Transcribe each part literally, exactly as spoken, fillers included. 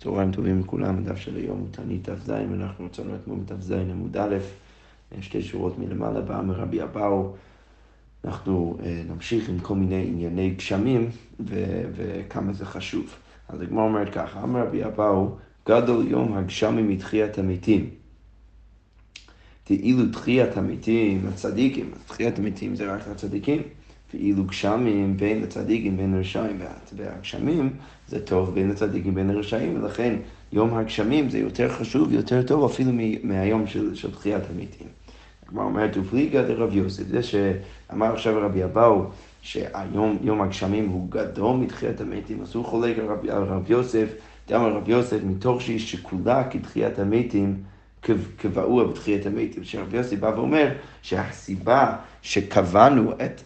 צהריים טובים לכולם, הדף של היום הוא תענית דף ז', ואנחנו רצינו אתמול מדף ז' עמוד א', שתי שורות מלמעלה באמר רבי אבאו. אנחנו אה, נמשיך עם כל מיני ענייני גשמים ו- וכמה זה חשוב. אז הגמרא אומרת ככה, אמר רבי אבאו, גדול יום הגשמים מתחיית המתים. ואילו תחיית המתים לצדיקים, תחיית המתים זה רק לצדיקים, ואילו גשמים בין לצדיקים בין לרשעים, והגשמים זה טוב בין לצדיקים בין לרשעים, ולכן יום הגשמים זה יותר חשוב, יותר טוב אפילו מהיום של, של תחיית המתים. כמו אומרת, ופליגה דרב יוסף, זה שאמר עכשיו רבי אבאו, שהיום יום הגשמים הוא גדול מתחיית המתים, אז הוא חולק על רב, על רב יוסף, דאמר רב יוסף, מתוך שהיא שכולה כתחיית המתים, קבעו בתחיית המתים, שרבי יוסי בא ואומר שהסיבה שקבענו את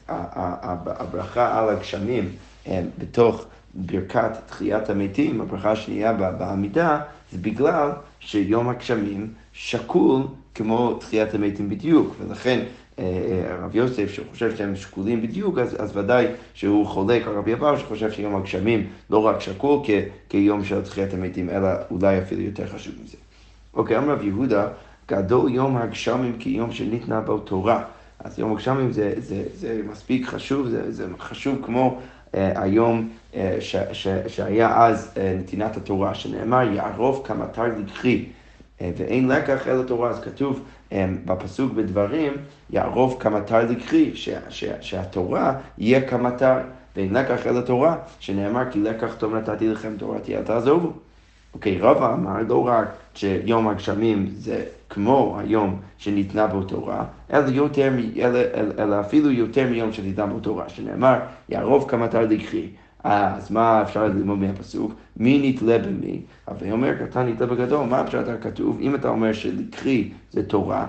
הברכה על הגשמים בתוך ברכת תחיית המתים, הברכה השנייה בעמידה, זה בגלל שיום הגשמים שקול כמו תחיית המתים בדיוק, ולכן רבי יוסף שחושב שהם שקולים בדיוק, אז, אז ודאי שהוא חולק על רבי אבאו שחושב שיום הגשמים לא רק שקול כ, כיום של תחיית המתים, אלא אולי אפילו יותר חשוב מזה. אוקיי, אמר רב יהודה, גדול יום הגשמים כיום שניתנה בו תורה. אז יום הגשמים זה, זה, זה מספיק חשוב, זה, זה חשוב כמו אה, היום אה, ש, ש, שהיה אז אה, נתינת התורה, שנאמר יערוב כמטר לקחי, אה, ואין לקח אלא תורה. אז כתוב אה, בפסוק בדברים, יערוב כמטר לקחי, ש, ש, שהתורה יהיה כמטר, ואין לקח אלא תורה, שנאמר כי לקח טוב נתתי לכם תורתי אל תעזובו. אוקיי, רבא אמר לא רק שיום הגשמים זה כמו היום שניתנה בו תורה, אלא, יותר, אלא, אלא אפילו יותר מיום שניתנה בו תורה, שנאמר, יערוב כמטר לקחי. אז מה אפשר ללמוד מהפסוק? מי נתלה במי? אבל אומר, קטן נתלה בגדול, מה אפשר אתה כתוב? אם אתה אומר שלקחי זה תורה,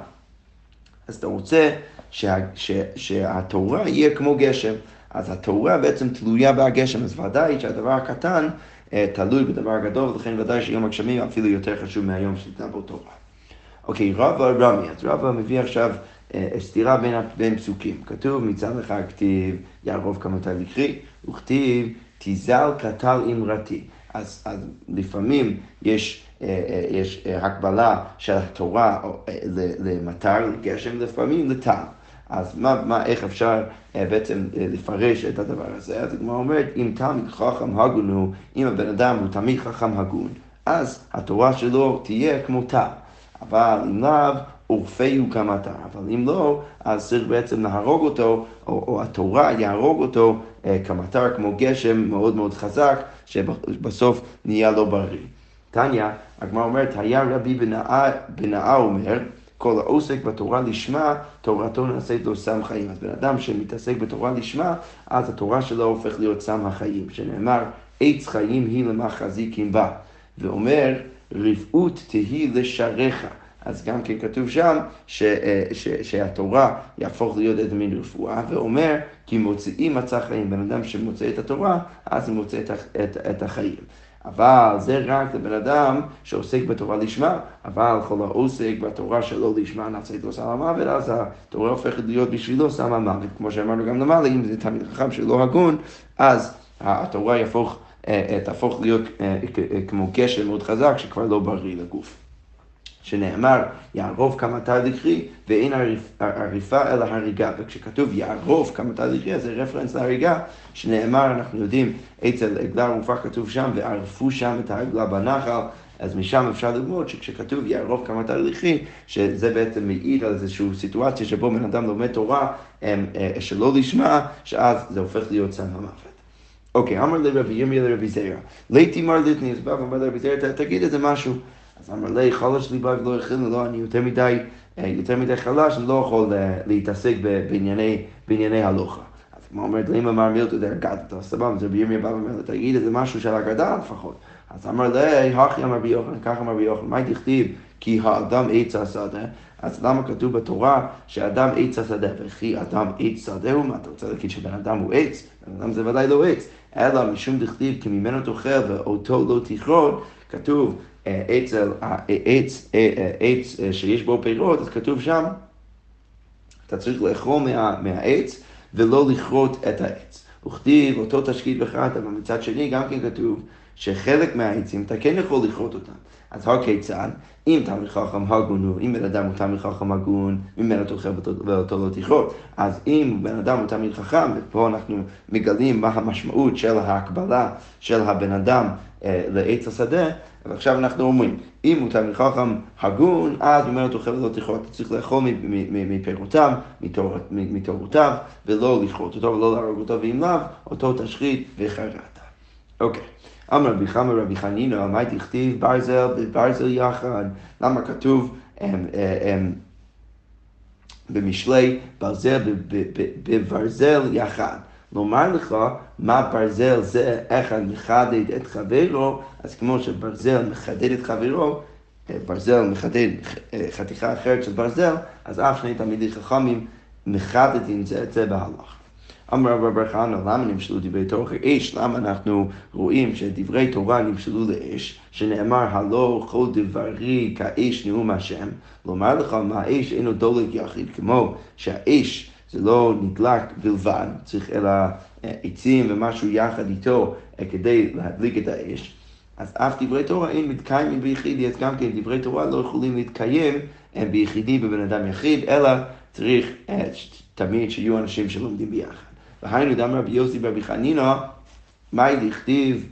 אז אתה רוצה שה, ש, שהתורה יהיה כמו גשם. אז התורה בעצם תלויה בהגשם, אז ודאי שהדבר הקטן, תלוי בדבר הגדול, ולכן ודאי שיום הגשמים אפילו יותר חשוב מהיום שניתנה בו תורה. אוקיי, רבא רמי, אז רבא מביא עכשיו סתירה בין, בין פסוקים. כתוב מצד אחד כתיב יערוב כמטר לקחי, וכתיב תיזל קטל אמרתי. אז, אז לפעמים יש, יש הקבלה של התורה למטר, לגשם, לפעמים לטל. אז מה, מה, איך אפשר בעצם לפרש את הדבר הזה? אז כמו אומרת, אם תלמיד חכם הגון הוא, אם הבן אדם הוא תלמיד חכם הגון, אז התורה שלו תהיה כמו טל. אבל אם לאו, עורפהו כמטר. אבל אם לא, אז צריך בעצם להרוג אותו, או, או התורה יהרוג אותו כמטר, כמו גשם מאוד מאוד חזק, שבסוף נהיה לו בריא. תניא, הגמרא אומרת, היה רבי בנאה אומר, כל העוסק בתורה לשמה, תורתו נעשית לו סם חיים. אז בן אדם שמתעסק בתורה לשמה, אז התורה שלו הופך להיות סם החיים, שנאמר, עץ חיים היא למחזיקים בה. ואומר, רפאות תהי לשעריך. אז גם כן כתוב שם, ש, ש, שהתורה יהפוך להיות איזה מין רפואה, ואומר, כי מוצאים מצא חיים. בן אדם שמוצא את התורה, אז הוא מוצא את, את, את החיים. אבל זה רק לבן אדם שעוסק בתורה לשמה, אבל כל העוסק בתורה שלו לשמה נעשית לו סם המוות, אז התורה הופכת להיות בשבילו סם המוות. כמו שאמרנו גם למעלה, אם זה תלמיד חכם שלא הגון, אז התורה יהפוך, תהפוך להיות כמו גשם מאוד חזק שכבר לא בריא לגוף. שנאמר, יערוב כמטר לקחי, ואין עריפה אלא הריגה. וכשכתוב יערוב כמטר לקחי, זה רפרנס להריגה, שנאמר, אנחנו יודעים, אצל עגלה ערופה כתוב שם, וערפו שם את העגלה בנחל, אז משם אפשר ללמוד שכשכתוב יערוב כמטר לקחי, שזה בעצם מעיד על איזושהי סיטואציה שבו בן אדם לומד תורה שלא לשמה, שאז זה הופך להיות סם המוות. אוקיי, אמר לרבי ירמיה לרבי זרע, ליתי מר ליטני, אז בא ואמר לרבי זרע, תגיד איזה משהו. אז אמר לי, חלש לי בא ולא יכין, לא, אני יותר מדי, יותר מדי חלש, אני לא יכול להתעסק בענייני, בענייני הלוכה. אז כמו אומרת, למה אמר מילתו דה אגדת, אז סבבה, זה בירמיה בא ואומר, תגיד איזה משהו של אגדה לפחות. אז אמר לי, הכי אמר בי יוחנן, כך אמר בי יוחנן, מה תכתיב? כי האדם עץ השדה, אז למה כתוב בתורה שאדם עץ השדה, וכי אדם עץ שדה, מה אתה רוצה להגיד שבן אדם הוא עץ? בן אדם זה ודאי לא עץ, אלא משום תכתיב, כי ממנו תאכל ואותו לא תכרות, כתוב, אצל העץ, עץ שיש בו פירות, אז כתוב שם, אתה צריך לאכול מה, מהעץ ולא לכרות את העץ. וכתיב, אותו תשקיט בחרת, אבל מצד שני גם כן כתוב, שחלק מהעצים אתה כן יכול לכרות אותם. אז הכיצד, אם תלמיד חכם הגון הוא, אם בן אדם הוא תלמיד חכם הגון, ממנו תאכל ואותו לא תכרות. אז אם בן אדם הוא תלמיד חכם, ופה אנחנו מגלים מה המשמעות של ההקבלה של הבן אדם אה, לעץ השדה, ועכשיו אנחנו אומרים, אם הוא תלמיד חכם הגון, אז ממנו תאכל ולא תכרות. אתה צריך לאכול מפירותיו, מתורותיו, ולא לכרות אותו ולא להרוג אותו, ואם לאו, אותו תשחית וחרעת. אוקיי. אמר רבי חמא רבי חנינא, מה תכתיב ברזל בברזל יחד? למה כתוב הם, הם, במשלי ברזל בברזל יחד? לומר לך מה ברזל זה אחד מחדד את חברו, אז כמו שברזל מחדד את חברו, ברזל מחדד חתיכה אחרת של ברזל, אז אף שני תלמידי חכמים מחדדים את זה בהלכה. אמר רב בר חנא, למה נמשלו דברי תורה כאש? למה אנחנו רואים שדברי תורה נמשלו לאש, שנאמר הלא כל דברי כאש נאום השם? לומר לך מה האש אינו דולק יחיד, כמו שהאש זה לא נדלק בלבד, צריך אלא עצים ומשהו יחד איתו כדי להדליק את האש. אז אף דברי תורה אין מתקיימים ביחידי, אז גם כן דברי תורה לא יכולים להתקיים ביחידי בבן אדם יחיד, אלא צריך תמיד שיהיו אנשים שלומדים ביחד. והיינו דם רבי יוסי ברבי חנינא, מה דכתיב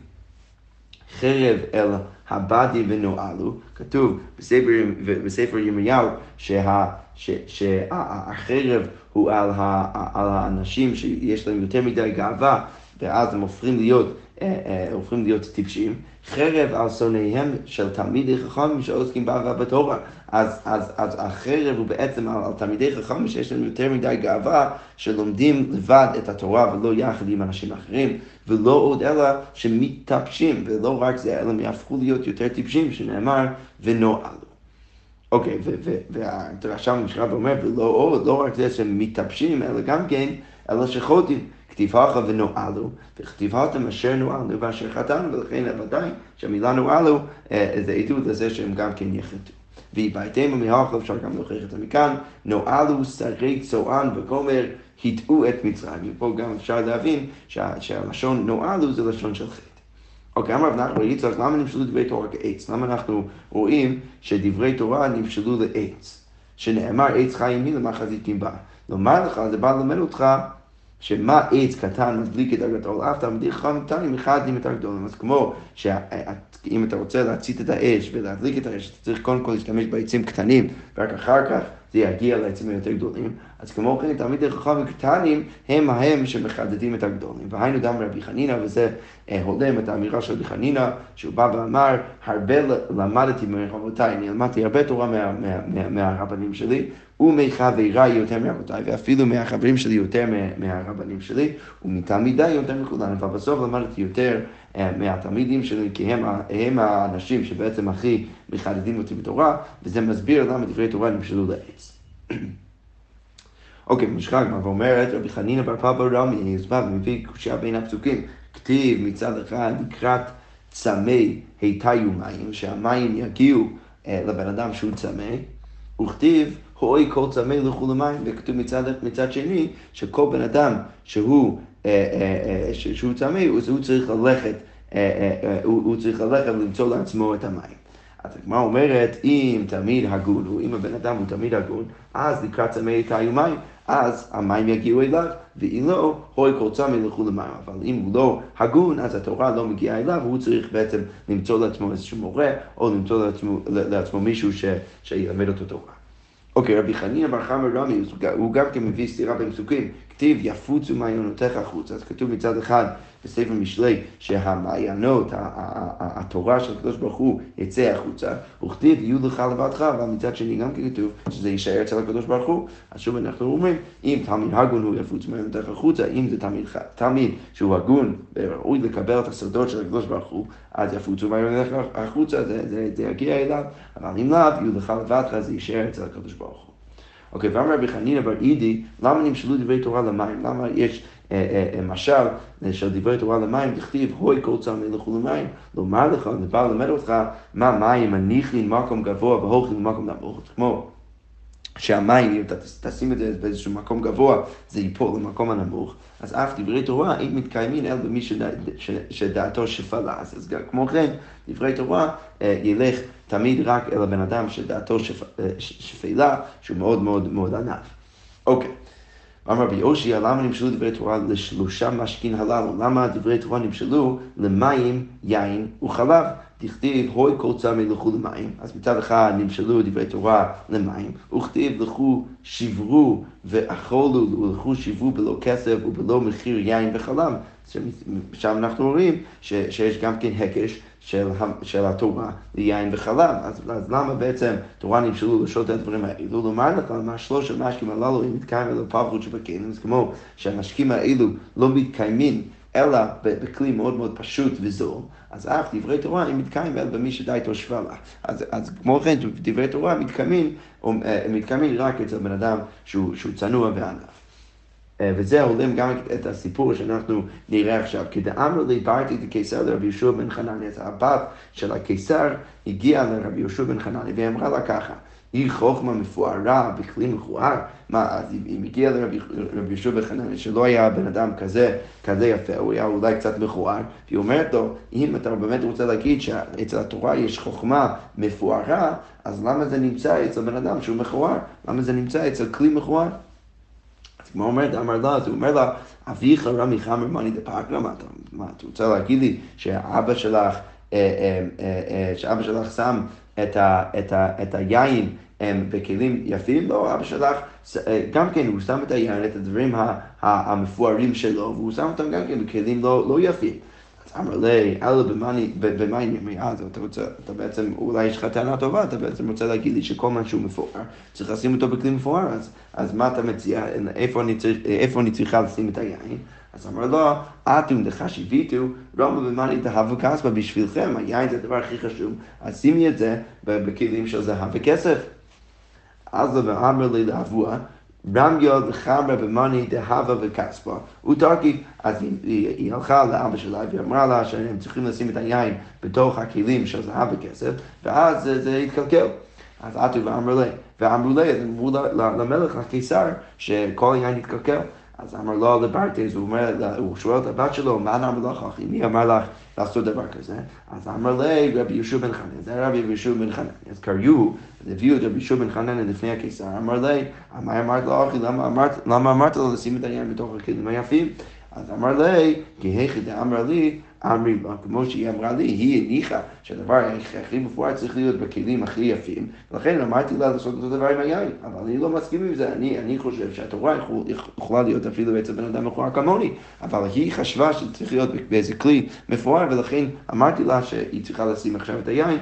חרב אל הבדי ונועלו? כתוב בספר, בספר ירמיהו שה, ש, שהחרב הוא על, ה, על האנשים שיש להם יותר מדי גאווה, ואז הם הופכים להיות, הופכים להיות טיפשים. חרב על שונאיהם של תלמידי חכמים שעוסקים באהבה בתורה. אז, אז, אז החרב הוא בעצם על, על תלמידי חכמים שיש להם יותר מדי גאווה, שלומדים לבד את התורה ולא יחד עם אנשים אחרים, ולא עוד אלא שמתטפשים, ולא רק זה, אלא הם יהפכו להיות יותר טיפשים, שנאמר ונועלו. אוקיי, והדרשה משנה ואומר, ולא עוד, לא רק זה שהם מתטפשים, אלא גם כן, אלא שחוטאים. כתיבך ונועלו, וכתיבתם אשר נועלו ואשר חטאנו, ולכן ודאי שהמילה נועלו זה עדות לזה שהם גם כן יחטאו. והבאתם מהאכל, אפשר גם להוכיח את זה מכאן, נועלו שרי צוען וכומר, הטעו את מצרים. ופה גם אפשר להבין שה, שהלשון נועלו זה לשון של חטא. אוקיי, אמר רב נחמן בר יצחק, למה נמשלו דברי תורה כעץ? למה אנחנו רואים שדברי תורה נמשלו לעץ? שנאמר עץ חיים היא למה חזיקים בה. לומר לך, זה בא ללמד אותך, שמה עץ קטן מדליק את הגדול, אף תלמידי חכמים קטנים מחדדים את הגדולים. אז כמו שאם אתה רוצה להצית את האש ולהדליק את האש, אתה צריך קודם כל להשתמש בעצים קטנים, ורק אחר כך זה יגיע לעצים היותר גדולים. אז כמו כן, תלמידי חכמים קטנים הם ההם שמחדדים את הגדולים. והיינו דם רבי חנינא, וזה הולם את האמירה של רבי חנינא, שהוא בא ואמר, הרבה למדתי מרבותיי, אני למדתי הרבה תורה מה, מה, מה, מהרבנים שלי, ומחבריי יותר מאבותיי, ואפילו מהחברים שלי יותר מהרבנים שלי, ומתלמידיי יותר מכולם, אבל בסוף למדתי יותר מהתלמידים שלי, כי הם, הם האנשים שבעצם הכי מחדדים אותי בתורה, וזה מסביר למה דברי תורה נמשלו לעץ. אוקיי, משחק מה ואומרת, רבי חנינא בר פפא רמי, אז בא ומביא קושיה בין הפסוקים, כתיב מצד אחד לקראת צמא היתיו מים, שהמים יגיעו לבן אדם שהוא צמא, וכתיב הוי כל צמא לכו למים, וכתוב מצד, מצד שני שכל בן אדם שהוא, שהוא צמא, הוא צריך ללכת, הוא צריך ללכת ולמצוא לעצמו את המים. אז הגמרא אומרת, אם תלמיד הגון הוא, אם הבן אדם הוא תלמיד הגון, אז לקראת צמא היתיו מים, אז המים יגיעו אליו, ואם לא, הוי כל צמא לכו למים. אבל אם הוא לא הגון, אז התורה לא מגיעה אליו, והוא צריך בעצם למצוא לעצמו איזשהו מורה, או למצוא לעצמו, לעצמו מישהו ש, שילמד אותו תורה. אוקיי, רבי חנינא בר חמא רמי, הוא גם כן מביא סתירה בין פסוקים, כתיב יפוצו מעיינותיך החוצה. אז כתוב מצד אחד בספר משלי שהמעיינות, התורה של הקדוש ברוך הוא יצא החוצה, וכתיב יהיו לך לבדך, אבל מצד שני גם כתוב שזה יישאר אצל הקדוש ברוך הוא. אז שוב אנחנו אומרים, אם תלמיד הגון הוא יפוץ מעיינותיך החוצה, אם זה תלמיד, תלמיד שהוא הגון וראוי לקבל את הסודות של הקדוש ברוך הוא, אז יפוצו מעיינותיך החוצה, זה, זה, זה יגיע אליו, אבל אם לאו, יהיו לך לבדך, זה יישאר אצל הקדוש ברוך הוא. אוקיי, ואמר רבי חנינא בר אידי, למה נמשלו דברי תורה למים? למה יש משל של דברי תורה למים, תכתיב, הוי כל צמא לכו למים, לומר לך, זה בא ללמד אותך, מה מים מניחים מקום גבוה והולכים למקום נמוך, כמו שהמים, אם אתה תשים את זה באיזשהו מקום גבוה, זה ייפול למקום הנמוך, אז אף דברי תורה, אם מתקיימים אל במי שדע, שדעתו שפלה, אז כמו כן, דברי תורה ילך תמיד רק אל הבן אדם שדעתו שפלה, שהוא מאוד מאוד מאוד ענף. אוקיי. אמר רבי יושע, למה נמשלו דברי תורה לשלושה משכין הללו? למה דברי תורה נמשלו למים, יין וחלב? תכתיב, הוי כל צמא לכו למים. אז מצד אחד נמשלו דברי תורה למים, וכתיב לכו שברו ואכולו, ולכו שברו בלא כסף ובלא מחיר יין וחלב. שם אנחנו רואים ש, שיש גם כן הקש של, של התורה ליין וחלב. אז, אז למה בעצם תורה נמשלו לשעות הדברים האלו? לומר לך, מה שלוש המשקים הללו הם מתקיימים אלו פחות שבכלים, אז כמו שהמשקים האלו לא מתקיימים אלא בכלי מאוד מאוד פשוט וזול, אז אף דברי תורה הם מתקיימים אלא במי שדעתו שפלה. אז, אז כמו כן, דברי תורה מתקיימים, הם מתקיימים רק אצל בן אדם שהוא, שהוא צנוע וענף. וזה הולם גם את הסיפור שאנחנו נראה עכשיו. כדאמר לי בארתי לקיסר לרבי יהושע בן חנניה, אז הבת של הקיסר הגיעה לרבי יהושע בן חנניה ואמרה לה ככה, היא חוכמה מפוארה בכלי מכוער. מה, אז היא מגיעה לרבי יהושע בן חנניה שלא היה בן אדם כזה, כזה יפה, הוא היה אולי קצת מכוער, והיא אומרת לו, אם אתה באמת רוצה להגיד שאצל התורה יש חוכמה מפוארה, אז למה זה נמצא אצל בן אדם שהוא מכוער? למה זה נמצא אצל כלי מכוער? כמו אומרת, אמר לה, אז הוא אומר לה, אביך רמי חמר מני דפקרא, מה, אתה רוצה להגיד לי שהאבא שלך, שאבא שלך שם את היין בכלים יפים? לא, אבא שלך, גם כן, הוא שם את היין, את הדברים המפוארים שלו, והוא שם אותם גם כן בכלים לא יפים. אז אמר לי, אלא במאי נמי, אז אתה בעצם, אולי יש לך טענה טובה, אתה בעצם רוצה להגיד לי שכל מה שהוא מפואר, צריך לשים אותו בכלי מפואר, אז מה אתה מציע, איפה אני צריכה לשים את היין? אז אמר לו, אתם דחשיביתו, רומא במאני דהב וכספא, בשבילכם, היין זה הדבר הכי חשוב, אז שימי את זה בכלים של זהב וכסף. אז אמר לי לאבוה, רמיה לחמרה במאני דהבה וכספא, ותרכיב, אז היא הלכה לאבא שלה ואמרה לה שהם צריכים לשים את היין בתוך הכלים של זהב וכסף, ואז זה התקלקל. אז עטו ואמר לי, ואמרו לי, אז אמרו למלך, לקיסר, שכל היין התקלקל. אז אמר לו לברטס, הוא, הוא שואל את הבת שלו, מה אמר לך, אחי? מי אמר לך לעשות דבר כזה? אז אמר לי, רבי יהושע בן חנניה, זה רבי יהושע בן חנניה. אז קראו, הביאו את רבי יהושע בן חנניה לפני הקיסר, אמר לי, מה אמרת לו, אחי? למה אמרת, למה אמרת לו לשים את העניין בתוך הכלים היפים? אז אמר לי, כי היכי דאמר לי, אמרי לה, כמו שהיא אמרה לי, היא הניחה שהדבר הכי מפואר צריך להיות בכלים הכי יפים, ולכן אמרתי לה לעשות אותו דבר עם היין, אבל אני לא מסכים עם זה, אני, אני חושב שהתורה יכולה להיות אפילו בעצם בן אדם מכוער כמוני, אבל היא חשבה שצריך להיות באיזה כלי מפואר, ולכן אמרתי לה שהיא צריכה לשים עכשיו את היין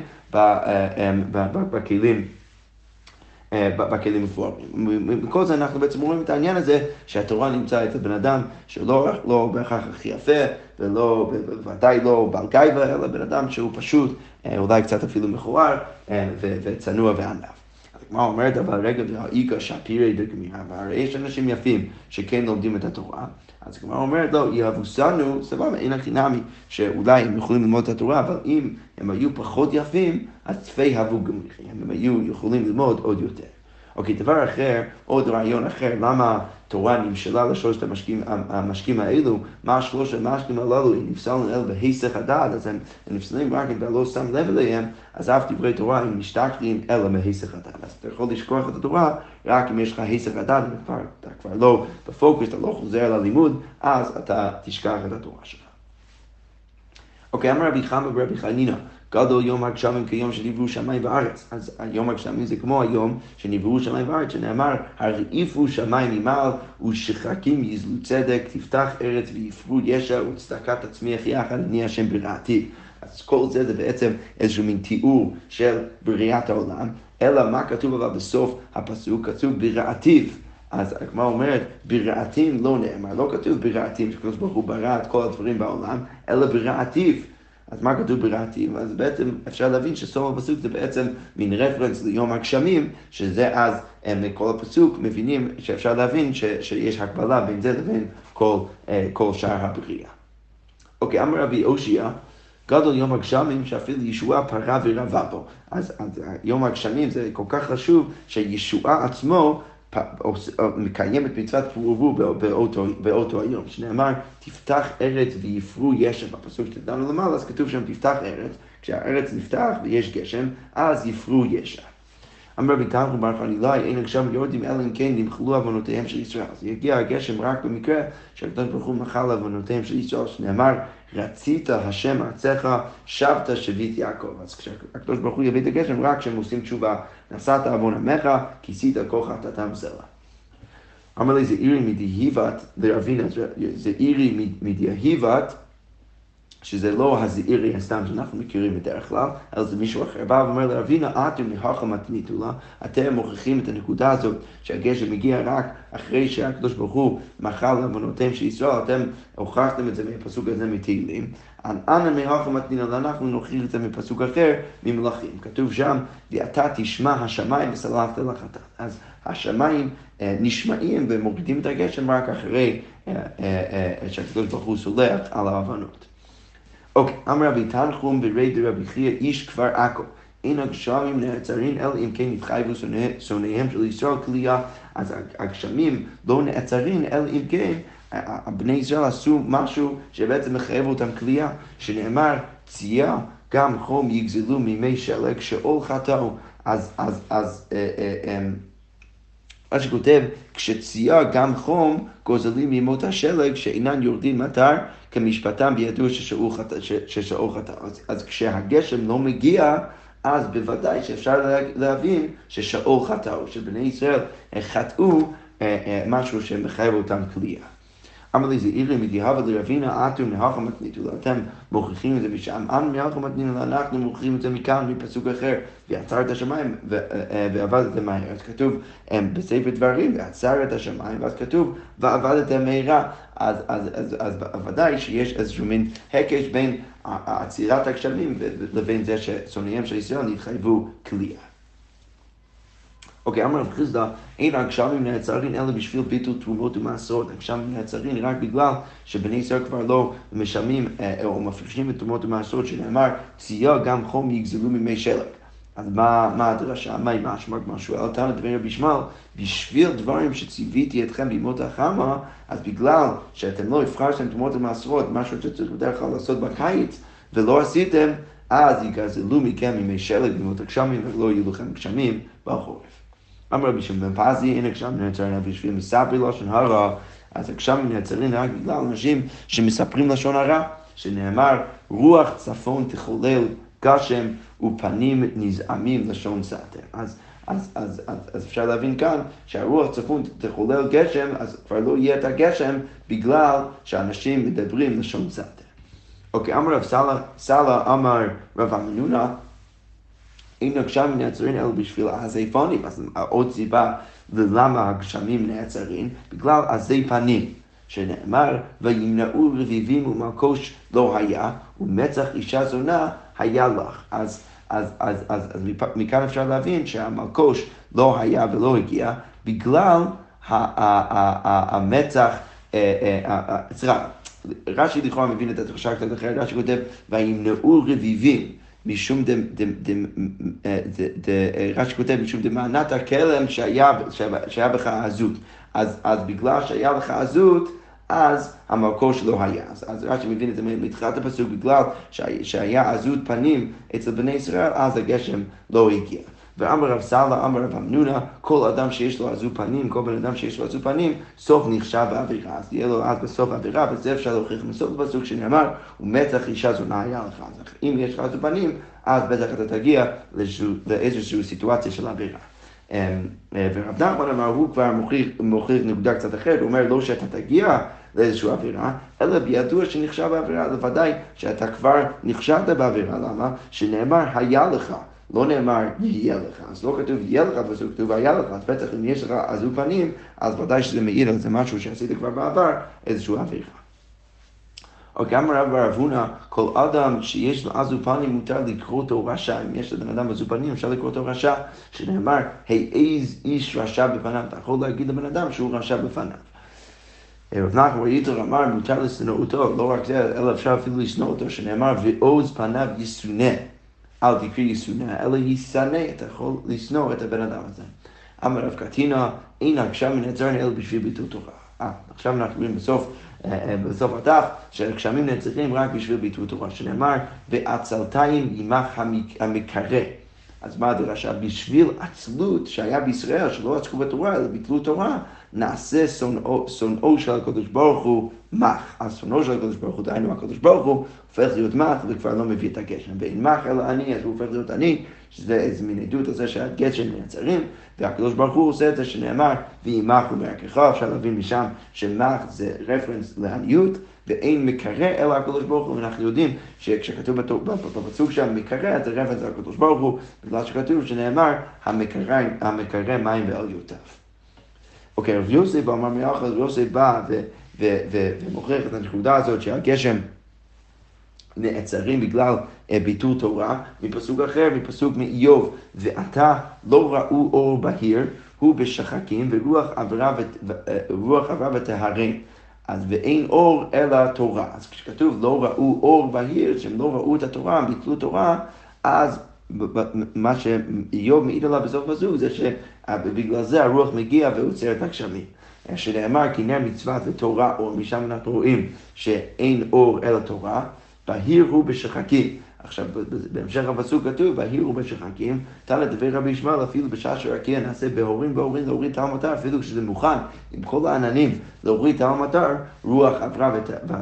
בכלים. בכלים מפוארים. בכל זה אנחנו בעצם רואים את העניין הזה שהתורה נמצא אצל בן אדם שלא לא בהכרח הכי יפה ולא, בוודאי לא בעל גאווה, אלא בן אדם שהוא פשוט אולי קצת אפילו מכוער וצנוע וענף. מה אומרת? אבל רגע, והאיכא שפירי דגמירא, והרי יש אנשים יפים שכן לומדים את התורה, אז כמו אומרת לו, יהבוסנו, סבבה, אין הכי נמי, שאולי הם יכולים ללמוד את התורה, אבל אם הם היו פחות יפים, אז צפי הבו גמריכם, הם היו יכולים ללמוד עוד יותר. אוקיי, דבר אחר, עוד רעיון אחר, למה תורה נמשלה לשלושת המשקים, המשקים האלו, מה שלושת המשקים הללו, הם נפסלים אל בהיסח הדעת, אז הם נפסלים רק אם אתה לא שם לב אליהם, אז אף דברי תורה הם משתכרים אלא מהיסח הדעת. אז אתה יכול לשכוח את התורה, רק אם יש לך היסח הדעת, אתה כבר לא בפוקוס, אתה לא חוזר ללימוד, אז אתה תשכח את התורה שלך. אוקיי, אמר רבי חמא ורבי חנינא, גדול יום הגשמים כיום שנבראו שמיים וארץ. אז יום הגשמים זה כמו היום שנבראו שמיים וארץ, שנאמר, הרעיפו שמיים ממעל ושחקים יזלו צדק, תפתח ארץ ויפרו ישע וצדקה תצמיח יחד, אני השם בראתי. אז כל זה זה בעצם איזשהו מין תיאור של בריאת העולם, אלא מה כתוב אבל בסוף הפסוק? כתוב בראתיו. אז כמו אומרת, בראתים לא נאמר, לא כתוב בראתים, שקדוש ברוך הוא ברא את כל הדברים בעולם, אלא בראתיו. אז מה כתוב בראתיו? אז בעצם אפשר להבין שסוף הפסוק זה בעצם מין רפרנס ליום הגשמים, שזה אז מכל הפסוק מבינים שאפשר להבין ש, שיש הקבלה בין זה לבין כל, כל שאר הבריאה. אוקיי, אמר רבי אושיה, גדול יום הגשמים שאפילו ישועה פרה ורבה בו. אז, אז יום הגשמים זה כל כך חשוב שישועה עצמו מקיים את מצוות פרו ורבו באותו, באותו היום. שנאמר, תפתח ארץ ויפרו ישם. בפסוק שתדענו למעלה, אז כתוב שם תפתח ארץ. כשהארץ נפתח ויש גשם, אז יפרו ישם. אמר רבי תנחום בר חנילאי, אין הגשם יורדים אלא אם כן נמחלו עוונותיהם של ישראל. אז יגיע הגשם רק במקרה שהקדוש ברוך הוא מחל עוונותיהם של ישראל, שנאמר, רצית השם ארצך, שבת שביט יעקב. אז כשהקדוש ברוך הוא יביא את הגשם, רק כשהם עושים תשובה, נשאת עוון עמך, כיסית כל חטאתם סלע. אמר לי, זה אירי מדהיבת לרבינה, זה אירי מדהיבת, שזה לא הזעירי הסתם שאנחנו מכירים בדרך כלל, אלא זה מישהו אחר. בא ואומר לרבינה, אתם מהכה מתניתו לה, אתם מוכיחים את הנקודה הזאת שהגשם מגיע רק אחרי שהקדוש ברוך הוא מחל עוונותיהם של ישראל, אתם הוכחתם את זה מהפסוק הזה מתהילים. אנא מהכה מתניתו לה, אנחנו נוכיח את זה מפסוק אחר ממלכים. כתוב שם, ואתה תשמע השמיים וסלחת לחטאת. אז השמיים נשמעים ומורידים את הגשם רק אחרי שהקדוש ברוך הוא סולח על העוונות. אוקיי, אמר רבי תנחום ברי דרבי חייא איש כפר עכו. אין הגשמים נעצרים אלא אם כן נתחייבו שונאיהם של ישראל כליאה. אז הגשמים לא נעצרים אלא אם כן בני ישראל עשו משהו שבעצם מחייב אותם כליאה. שנאמר, צייה גם חום יגזלו מימי שלג שאול חטאו. אז, אז, אז, אה, אה, אה, מה שכותב, כשצייה גם חום גוזלים מימות השלג שאינן יורדים מטר, כמשפטם בידוע ששאול חטא. אז, אז כשהגשם לא מגיע, אז בוודאי שאפשר להבין ששאול חטא, או שבני ישראל חטאו משהו שמחייב אותם כליאה. אמר לי, זה אירי מדהיבה לרבינה, אתם מהכה מתניתו לה, אתם מוכיחים את זה משם, אנו מהכה מתניתו לה, אנחנו מוכיחים את זה מכאן, מפסוק אחר, ועצר את השמיים ועבדתם מהר. אז כתוב בספר דברים, ועצר את השמיים, ואז כתוב, ועבדתם מהירה. אז, אז, אז, אז ודאי שיש איזשהו מין הקש בין עצירת הגשמים לבין זה ששונאיהם של ישראל נתחייבו כליאה. אוקיי, אמר רב חיסדא, אין הגשמים נעצרים אלא בשביל ביטול תרומות ומעשרות. הגשמים נעצרים רק בגלל שבני ישראל כבר לא משלמים או מפרישים את תרומות ומעשרות, שנאמר, צייה גם חום יגזלו מימי שלג. אז מה, מה הדרשה? מה היא משמע? כמו שואל אותנו דבר רבי ישמעאל, בשביל דברים שציוויתי אתכם בימות החמה, אז בגלל שאתם לא הפרשתם תרומות ומעשרות, משהו שצריך בדרך כלל לעשות בקיץ, ולא עשיתם, אז יגזלו מכם מימי שלג בימות הגשמים, ולא יהיו לכם גשמים בחורף. אמר רבי שמעון בן פזי, אין הגשמים נעצרים בשביל מספרי לשון הרע. אז הגשמים נעצרים רק בגלל אנשים שמספרים לשון הרע, שנאמר, רוח צפון תחולל גשם ופנים נזעמים לשון סתר. אז, אז, אז, אז, אז אפשר להבין כאן שהרוח צפון תחולל גשם, אז כבר לא יהיה את הגשם בגלל שאנשים מדברים לשון סתר. אוקיי, אמר רב סלע, סלע אמר רב המנונה, אין הגשמים נעצרים אלא בשביל עזי פנים. אז עוד סיבה ללמה הגשמים נעצרים, בגלל עזי פנים, שנאמר, וימנעו רביבים ומלקוש לא היה, ומצח אישה זונה היה לך. אז, אז, אז, אז, אז מכאן אפשר להבין שהמלקוש לא היה ולא הגיע, בגלל המצח, סליחה, רש"י לכאורה מבין את התחושה קצת אחרת, רש"י כותב, וימנעו רביבים, משום דם, דם, דם, רש"י כותב, משום דמענת הכלם שהיה, שהיה בך עזות. אז, אז בגלל שהיה לך עזות, אז המלקוש לא היה. אז, אז רש"י מבין את זה מתחילת הפסוק, בגלל שהיה עזות פנים אצל בני ישראל, אז הגשם לא הגיע. ואמר רב סלע, אמר רב המנונה, כל אדם שיש לו עזות פנים, כל בן אדם שיש לו עזות פנים, סוף נחשב בעבירה. אז יהיה לו אז בסוף העבירה, וזה אפשר להוכיח מסוף הפסוק שנאמר, ומצח אישה זונה היה לך. אז אם יש לך עזות פנים, אז בטח אתה תגיע לאיזושהי סיטואציה של עבירה. ורב נחמן אמר, הוא כבר מוכיח נקודה קצת אחרת, הוא אומר, לא שאתה תגיע לאיזושהי עבירה, אלא בידוע שנחשב בעבירה, לוודאי שאתה כבר נחשבת בעבירה. למה? שנאמר, היה לך. לא נאמר יהיה לך, אז לא כתוב יהיה לך, אבל זה כתוב היה לך, אז בטח אם יש לך עזות פנים, אז ודאי שזה מעיד על זה משהו שעשית כבר בעבר, איזשהו עבירה. אוקיי, אמר רב בר אבונה, כל אדם שיש לו עזות פנים מותר לקרוא אותו רשע. אם יש לבן אדם עזות פנים, אפשר לקרוא אותו רשע, שנאמר, העז איש רשע בפניו. אתה יכול להגיד לבן אדם שהוא רשע בפניו. רב נחמן יתר אמר מותר לשנוא אותו, לא רק זה, אלא אפשר אפילו לשנוא אותו, שנאמר ועוז פניו ישונא, אל תקריא ישונא, אלא ישנא, אתה יכול לשנוא את הבן אדם הזה. אמר רב קטינא, אין הגשמים נעצרים אלא בשביל ביטול תורה. אה, עכשיו אנחנו רואים בסוף, בסוף הדף, שהגשמים נעצרים רק בשביל ביטול תורה, שנאמר ועצלתיים ימח המקרא. אז מה הדרשה? בשביל עצלות שהיה בישראל, שלא עצקו בתורה, אלא ביטלו תורה, נעשה שונאו של הקדוש ברוך הוא מח. אז שונאו של הקדוש ברוך הוא, דהיינו הקדוש ברוך הוא, הופך להיות מח וכבר לא מביא את הגשם. ואין מח אלא אני, אז הוא הופך להיות אני, שזה איזה מין עדות הזה שהגשם נעצרים, והקדוש ברוך הוא עושה את זה שנאמר, וימח הוא מערכך, אפשר להבין משם שמח זה רפרנס לעניות, ואין מקרא אלא הקדוש ברוך הוא, ואנחנו יודעים שכשכתוב בפסוק שם מקרא, זה רפרנס לקדוש ברוך הוא, בגלל שכתוב שנאמר, המקרא מים ועליותיו. אוקיי, רב יוסף אמר מיוחד, רב יוסף בא ומוכיח את הנקודה הזאת שהגשם נעצרים בגלל ביטול תורה, מפסוק אחר, מפסוק מאיוב, ואתה לא ראו אור בהיר, הוא בשחקים, ורוח עברה וטהרים. אז ואין אור אלא תורה. אז כשכתוב לא ראו אור בהיר, שהם לא ראו את התורה, ביטלו תורה, אז מה שאיוב מעיד עליו בסוף פסוק זה שבגלל זה הרוח מגיע ועוצר את הגשמים. שנאמר כי נר מצוות ותורה אור, משם אנחנו רואים שאין אור אלא תורה, בהיר הוא בשחקים. עכשיו, בהמשך הפסוק כתוב, בהיר הוא בשחקים, תלה דברי רבי ישמעאל, אפילו בשעה שרקיע נעשה בהורים בהורים להוריד תל מטר, אפילו כשזה מוכן, עם כל העננים להוריד תל מטר, רוח עברה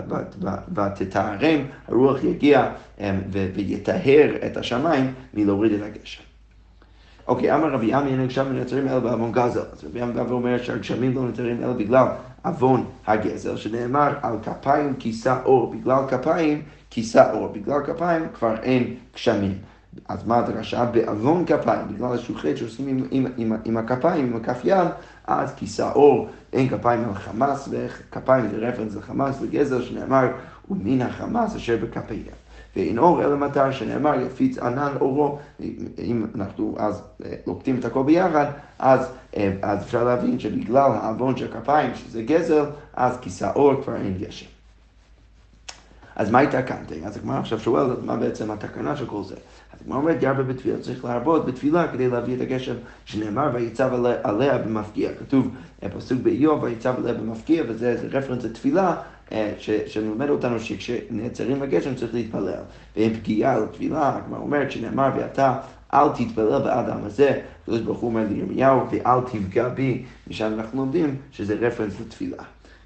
ותטהרם, הרוח יגיע ויטהר את השמיים מלהוריד את הגשם. אוקיי, אמר רבי עמי, אין הגשמים נעצרים אלא בעוון גזל. אז רבי עמי גם אומר שהגשמים לא נעצרים אלא בגלל עוון הגזל, שנאמר על כפיים כיסה אור, בגלל כפיים כיסה אור, בגלל כפיים כבר אין גשמים. אז מה הדרשה? בעוון כפיים, בגלל השוחט שעושים עם, עם, עם, עם הכפיים, עם הכף יד, אז כיסה אור, אין כפיים על חמאס, וכפיים זה רפרנס לחמאס וגזל, שנאמר ומן החמאס אשר בכפיהם. ואין אור אלא מטר, שנאמר יפיץ ענן אורו. אם אנחנו אז לוקטים את הכל ביחד, אז, אז אפשר להבין שבגלל העוון של הכפיים, שזה גזל, אז כיסה אור כבר אין גשם. אז מה הייתה כאן? אז הגמרא עכשיו שואלת, מה בעצם התקנה של כל זה? אז הגמרא אומרת, ירבה בתפילה, צריך להרבות בתפילה כדי להביא את הגשם, שנאמר, ויצב עליה במפקיע. כתוב פסוק באיוב, ויצב עליה במפקיע, וזה רפרנס לתפילה, שנלמד אותנו שכשנעצרים הגשם צריך להתפלל. ואין פגיעה על תפילה, הגמרא אומרת, שנאמר, ואתה אל תתפלל באדם הזה, הקדוש ברוך הוא אומר לירמיהו, ואל תפגע בי, משם אנחנו לומדים שזה רפרנס לתפילה.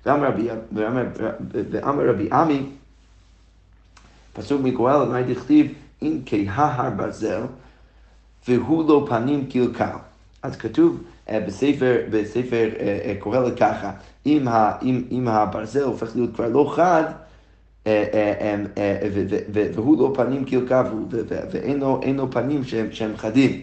ואמר רבי עמי, פסוק מקהלת, מה דכתיב? אם כהר ברזל והוא לא פנים קלקל. אז כתוב בספר, בספר קהלת ככה, אם, ה, אם, אם הברזל הופך להיות כבר לא חד, והוא לא פנים קלקל, ואין לו, אין לו פנים שהם, שהם חדים.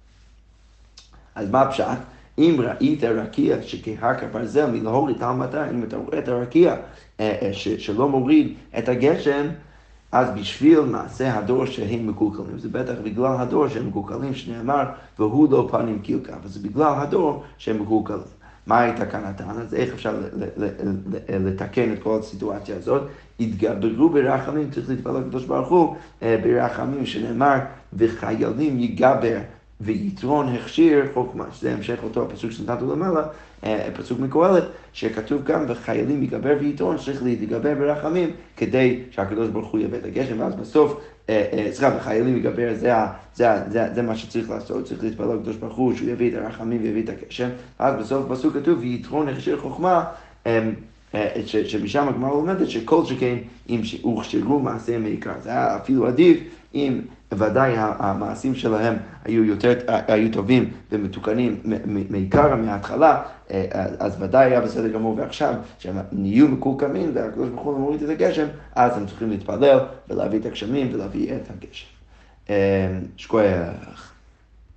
אז מה הפשט? אם ראית רקיע שכהר כברזל מלהוריד על מטר, אם אתה רואה את הרקיע שלא מוריד את הגשם, אז בשביל מעשה הדור שהם מקולקלים, זה בטח בגלל הדור שהם מקולקלים, שנאמר, והוא לא פנים קלקל, וזה בגלל הדור שהם מקולקלים. מה הייתה כאן הטענה? אז איך אפשר לתקן את כל הסיטואציה הזאת? התגברו ברחמים, צריך להתפלל לקדוש ברוך הוא, ברחמים שנאמר, וחיילים יגבר ויתרון הכשיר חוכמה, שזה המשך אותו הפסוק שנתנו למעלה, פסוק מקהלת, שכתוב כאן, וחיילים יגבר ויתרון, צריך להתגבר ברחמים, כדי שהקדוש ברוך הוא יביא את הגשם, ואז בסוף, סליחה, וחיילים יגבר, זה, זה, זה, זה מה שצריך לעשות, צריך להתפלל לקדוש ברוך הוא, שהוא יביא את הרחמים ויביא את הגשם, אז בסוף פסוק כתוב, ויתרון הכשיר חוכמה, שמשם הגמרא לומדת שכל שכן אם הוכשרו מעשיהם מעיקר. זה היה אפילו עדיף אם ודאי המעשים שלהם היו יותר, היו טובים ומתוקנים מעיקר מההתחלה, אז ודאי היה בסדר גמור. ועכשיו שהם נהיו מקולקלים והקדוש ברוך הוא מוריד את הגשם, אז הם צריכים להתפלל ולהביא את הגשמים ולהביא את הגשם. שכוח.